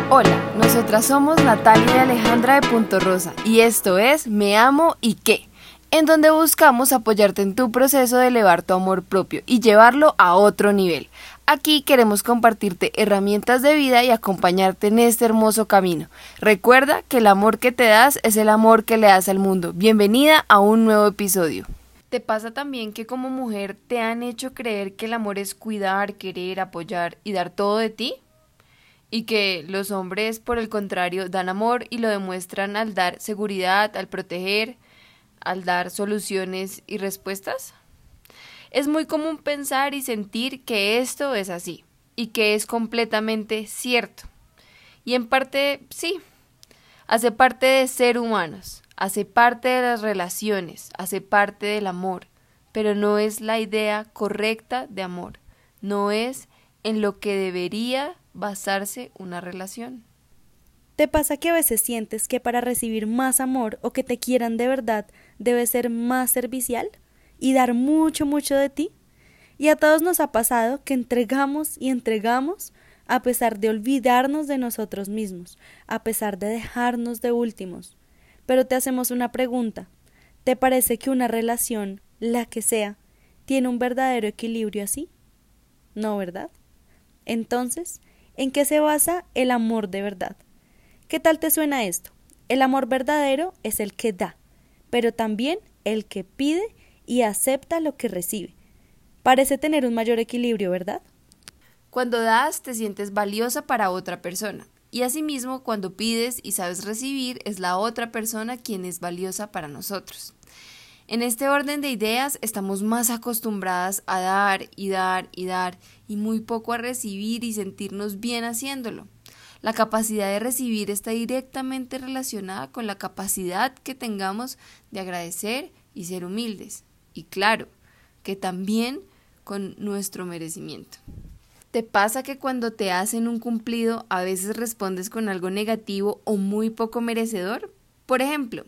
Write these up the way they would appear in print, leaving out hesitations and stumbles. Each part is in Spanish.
Hola, nosotras somos Natalia y Alejandra de Punto Rosa y esto es Me Amo y Qué, en donde buscamos apoyarte en tu proceso de elevar tu amor propio y llevarlo a otro nivel. Aquí queremos compartirte herramientas de vida y acompañarte en este hermoso camino. Recuerda que el amor que te das es el amor que le das al mundo. Bienvenida a un nuevo episodio. ¿Te pasa también que como mujer te han hecho creer que el amor es cuidar, querer, apoyar y dar todo de ti? Y que los hombres, por el contrario, dan amor y lo demuestran al dar seguridad, al proteger, al dar soluciones y respuestas. Es muy común pensar y sentir que esto es así y que es completamente cierto. Y en parte sí, hace parte de ser humanos, hace parte de las relaciones, hace parte del amor, pero no es la idea correcta de amor, no es en lo que debería basarse una relación. ¿Te pasa que a veces sientes que para recibir más amor o que te quieran de verdad debes ser más servicial y dar mucho de ti? Y a todos nos ha pasado que entregamos y entregamos a pesar de olvidarnos de nosotros mismos, a pesar de dejarnos de últimos. Pero te hacemos una pregunta. ¿Te parece que una relación, la que sea, tiene un verdadero equilibrio así? No, ¿verdad? Entonces, ¿en qué se basa el amor de verdad? ¿Qué tal te suena esto? El amor verdadero es el que da, pero también el que pide y acepta lo que recibe. Parece tener un mayor equilibrio, ¿verdad? Cuando das, te sientes valiosa para otra persona. Y asimismo, cuando pides y sabes recibir, es la otra persona quien es valiosa para nosotros. En este orden de ideas, estamos más acostumbradas a dar y dar y dar, y muy poco a recibir y sentirnos bien haciéndolo. La capacidad de recibir está directamente relacionada con la capacidad que tengamos de agradecer y ser humildes. Y claro, que también con nuestro merecimiento. ¿Te pasa que cuando te hacen un cumplido a veces respondes con algo negativo o muy poco merecedor? Por ejemplo,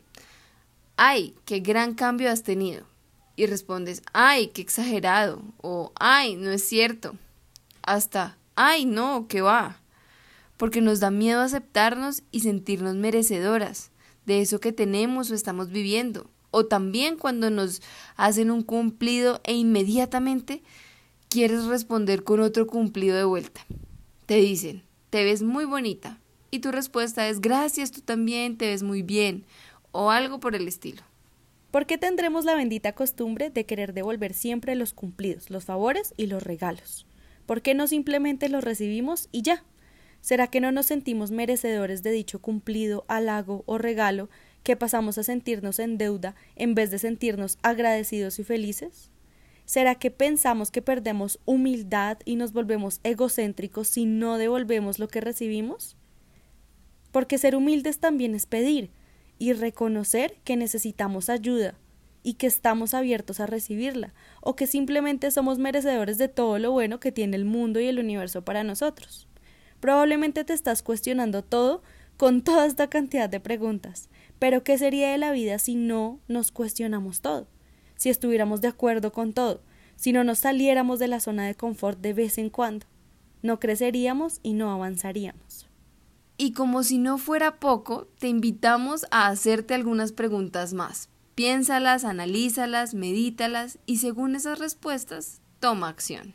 ¡ay, qué gran cambio has tenido! Y respondes, ¡ay, qué exagerado! O ¡ay, no es cierto! Hasta, ¡ay, no, qué va! Porque nos da miedo aceptarnos y sentirnos merecedoras de eso que tenemos o estamos viviendo. O también cuando nos hacen un cumplido e inmediatamente quieres responder con otro cumplido de vuelta. Te dicen, te ves muy bonita. Y tu respuesta es, gracias, tú también te ves muy bien. O algo por el estilo. ¿Por qué tendremos la bendita costumbre de querer devolver siempre los cumplidos, los favores y los regalos? ¿Por qué no simplemente los recibimos y ya? ¿Será que no nos sentimos merecedores de dicho cumplido, halago o regalo que pasamos a sentirnos en deuda en vez de sentirnos agradecidos y felices? ¿Será que pensamos que perdemos humildad y nos volvemos egocéntricos si no devolvemos lo que recibimos? Porque ser humildes también es pedir y reconocer que necesitamos ayuda y que estamos abiertos a recibirla, o que simplemente somos merecedores de todo lo bueno que tiene el mundo y el universo para nosotros. Probablemente te estás cuestionando todo con toda esta cantidad de preguntas, pero ¿qué sería de la vida si no nos cuestionamos todo? Si estuviéramos de acuerdo con todo, si no nos saliéramos de la zona de confort de vez en cuando, no creceríamos y no avanzaríamos. Y como si no fuera poco, te invitamos a hacerte algunas preguntas más. Piénsalas, analízalas, medítalas y según esas respuestas, toma acción.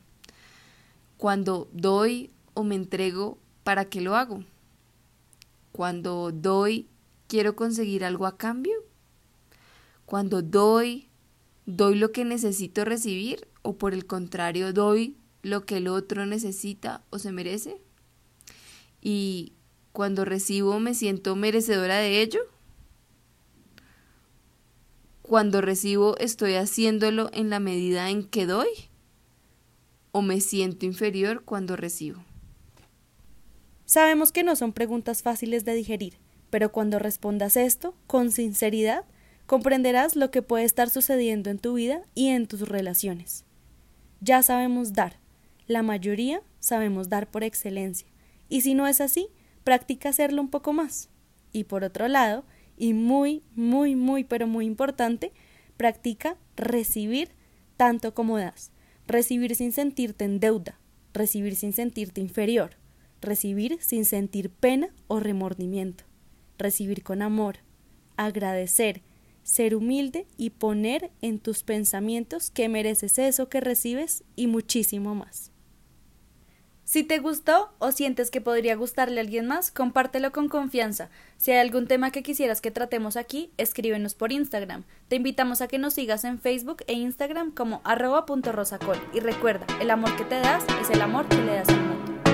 Cuando doy o me entrego, ¿para qué lo hago? Cuando doy, ¿quiero conseguir algo a cambio? Cuando doy lo que necesito recibir o por el contrario doy lo que el otro necesita o se merece. Y cuando recibo me siento merecedora de ello. Cuando recibo estoy haciéndolo en la medida en que doy o me siento inferior cuando recibo. Sabemos que no son preguntas fáciles de digerir, pero cuando respondas esto con sinceridad, comprenderás lo que puede estar sucediendo en tu vida y en tus relaciones. Ya sabemos dar, la mayoría sabemos dar por excelencia, y si no es así, practica hacerlo un poco más. Y por otro lado, y muy importante, practica recibir tanto como das, recibir sin sentirte en deuda, recibir sin sentirte inferior, recibir sin sentir pena o remordimiento, recibir con amor, agradecer, ser humilde y poner en tus pensamientos que mereces eso que recibes y muchísimo más. Si te gustó o sientes que podría gustarle a alguien más, compártelo con confianza. Si hay algún tema que quisieras que tratemos aquí, escríbenos por Instagram. Te invitamos a que nos sigas en Facebook e Instagram como @.rosacol. Y recuerda, el amor que te das es el amor que le das al mundo.